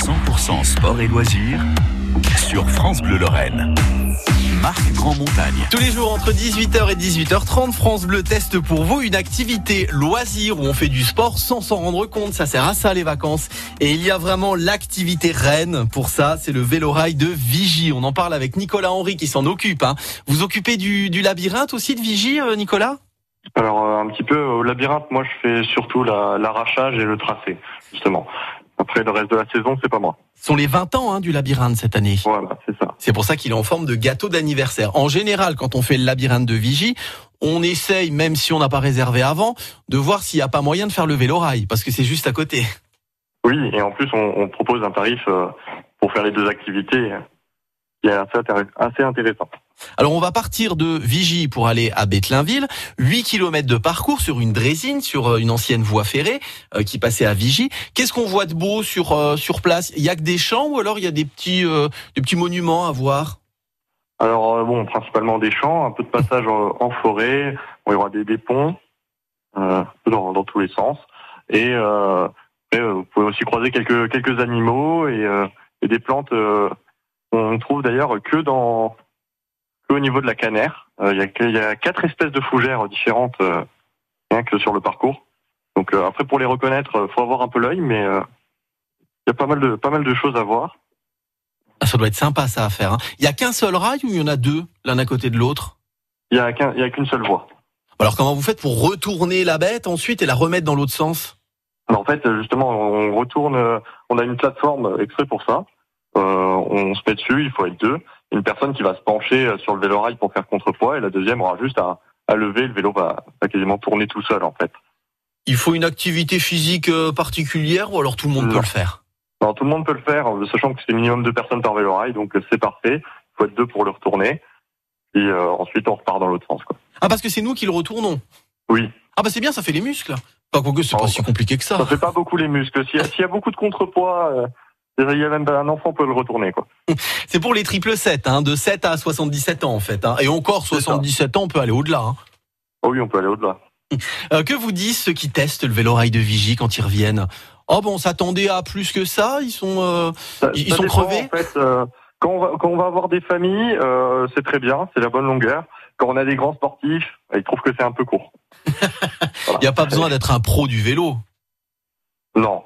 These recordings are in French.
100% sport et loisirs sur France Bleu Lorraine. Marc Grandmontagne. Tous les jours entre 18h et 18h30, France Bleu teste pour vous une activité loisir où on fait du sport sans s'en rendre compte. Ça sert à ça les vacances. Et il y a vraiment l'activité reine pour ça, c'est le vélorail de Vigie. On en parle avec Nicolas Henry qui s'en occupe. Vous occupez du labyrinthe aussi de Vigie, Nicolas ? Alors un petit peu au labyrinthe, moi je fais surtout l'arrachage et le tracé, justement. Après le reste de la saison, c'est pas moi. Ce sont les 20 ans du labyrinthe cette année. Voilà, c'est ça. C'est pour ça qu'il est en forme de gâteau d'anniversaire. En général, quand on fait le labyrinthe de Vigie, on essaye, même si on n'a pas réservé avant, de voir s'il n'y a pas moyen de faire le vélorail, parce que c'est juste à côté. Oui, et en plus on propose un tarif pour faire les deux activités qui est assez intéressant. Alors on va partir de Vigie pour aller à Bethlainville, 8 km de parcours sur une draisine, sur une ancienne voie ferrée qui passait à Vigie. Qu'est-ce qu'on voit de beau sur place ? Il y a que des champs ou alors il y a des petits monuments à voir ? Alors principalement des champs, un peu de passage en forêt, il y aura des ponts dans tous les sens. Et après, vous pouvez aussi croiser quelques animaux et des plantes qu'on trouve d'ailleurs que au niveau de la Canère. Il y a 4 espèces de fougères différentes rien que sur le parcours. Donc après pour les reconnaître, faut avoir un peu l'œil, mais il y a pas mal de choses à voir. Ça doit être sympa ça à faire. Il y a qu'un seul rail ou il y en a deux l'un à côté de l'autre ? Il y a qu'une seule voie. Alors comment vous faites pour retourner la bête ensuite et la remettre dans l'autre sens ? Alors, en fait justement on retourne, on a une plateforme exprès pour ça. On se met dessus, il faut être deux. Une personne qui va se pencher sur le vélorail pour faire contrepoids et la deuxième aura juste à lever. Le vélo va quasiment tourner tout seul en fait. Il faut une activité physique particulière ou alors tout le monde peut le faire ? Non, tout le monde peut le faire, sachant que c'est minimum 2 personnes par vélorail, donc c'est parfait. Il faut être 2 pour le retourner. Et ensuite on repart dans l'autre sens, quoi. Ah, parce que c'est nous qui le retournons ? Oui. Ah bah c'est bien, ça fait les muscles. Pas si compliqué que ça. Ça fait pas beaucoup les muscles. S'il y a beaucoup de contrepoids... il y a même un enfant peut le retourner, quoi. C'est pour les triple 7, de 7 à 77 ans en fait. Et encore 77 ans, on peut aller au-delà. Oh oui, on peut aller au-delà. Que vous disent ceux qui testent le vélorail de Vigie quand ils reviennent ? Oh on s'attendait à plus que ça. Ils sont crevés. En fait, quand on va avoir des familles, c'est très bien, c'est la bonne longueur. Quand on a des grands sportifs, ils trouvent que c'est un peu court. Voilà. Il n'y a pas besoin d'être un pro du vélo. Non.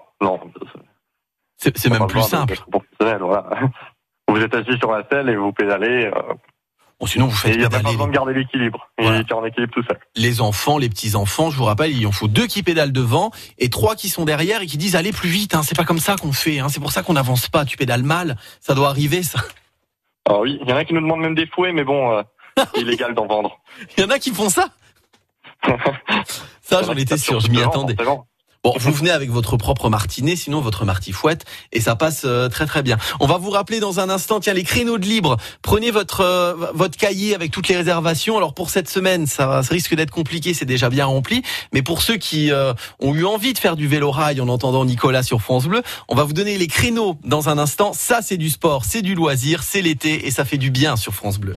C'est même plus simple. Voilà. Vous êtes assis sur la selle et vous pédalez. Sinon vous faites pédaler. Il n'y a pas besoin de garder l'équilibre. Voilà. Il est en équilibre tout seul. Les enfants, les petits-enfants, je vous rappelle, il en faut 2 qui pédalent devant et 3 qui sont derrière et qui disent allez plus vite. C'est pas comme ça qu'on fait. C'est pour ça qu'on n'avance pas. Tu pédales mal. Ça doit arriver, ça. Ah oui, il y en a qui nous demandent même des fouets, mais bon, c'est illégal d'en vendre. Il y en a qui font ça. Ça, j'en étais sûr. Je m'y attendais. Bon, vous venez avec votre propre martinet, sinon votre martifouette, et ça passe très très bien. On va vous rappeler dans un instant, les créneaux de libre. Prenez votre cahier avec toutes les réservations. Alors pour cette semaine, ça risque d'être compliqué, c'est déjà bien rempli. Mais pour ceux qui ont eu envie de faire du vélorail en entendant Nicolas sur France Bleu, on va vous donner les créneaux dans un instant. Ça, c'est du sport, c'est du loisir, c'est l'été et ça fait du bien sur France Bleu.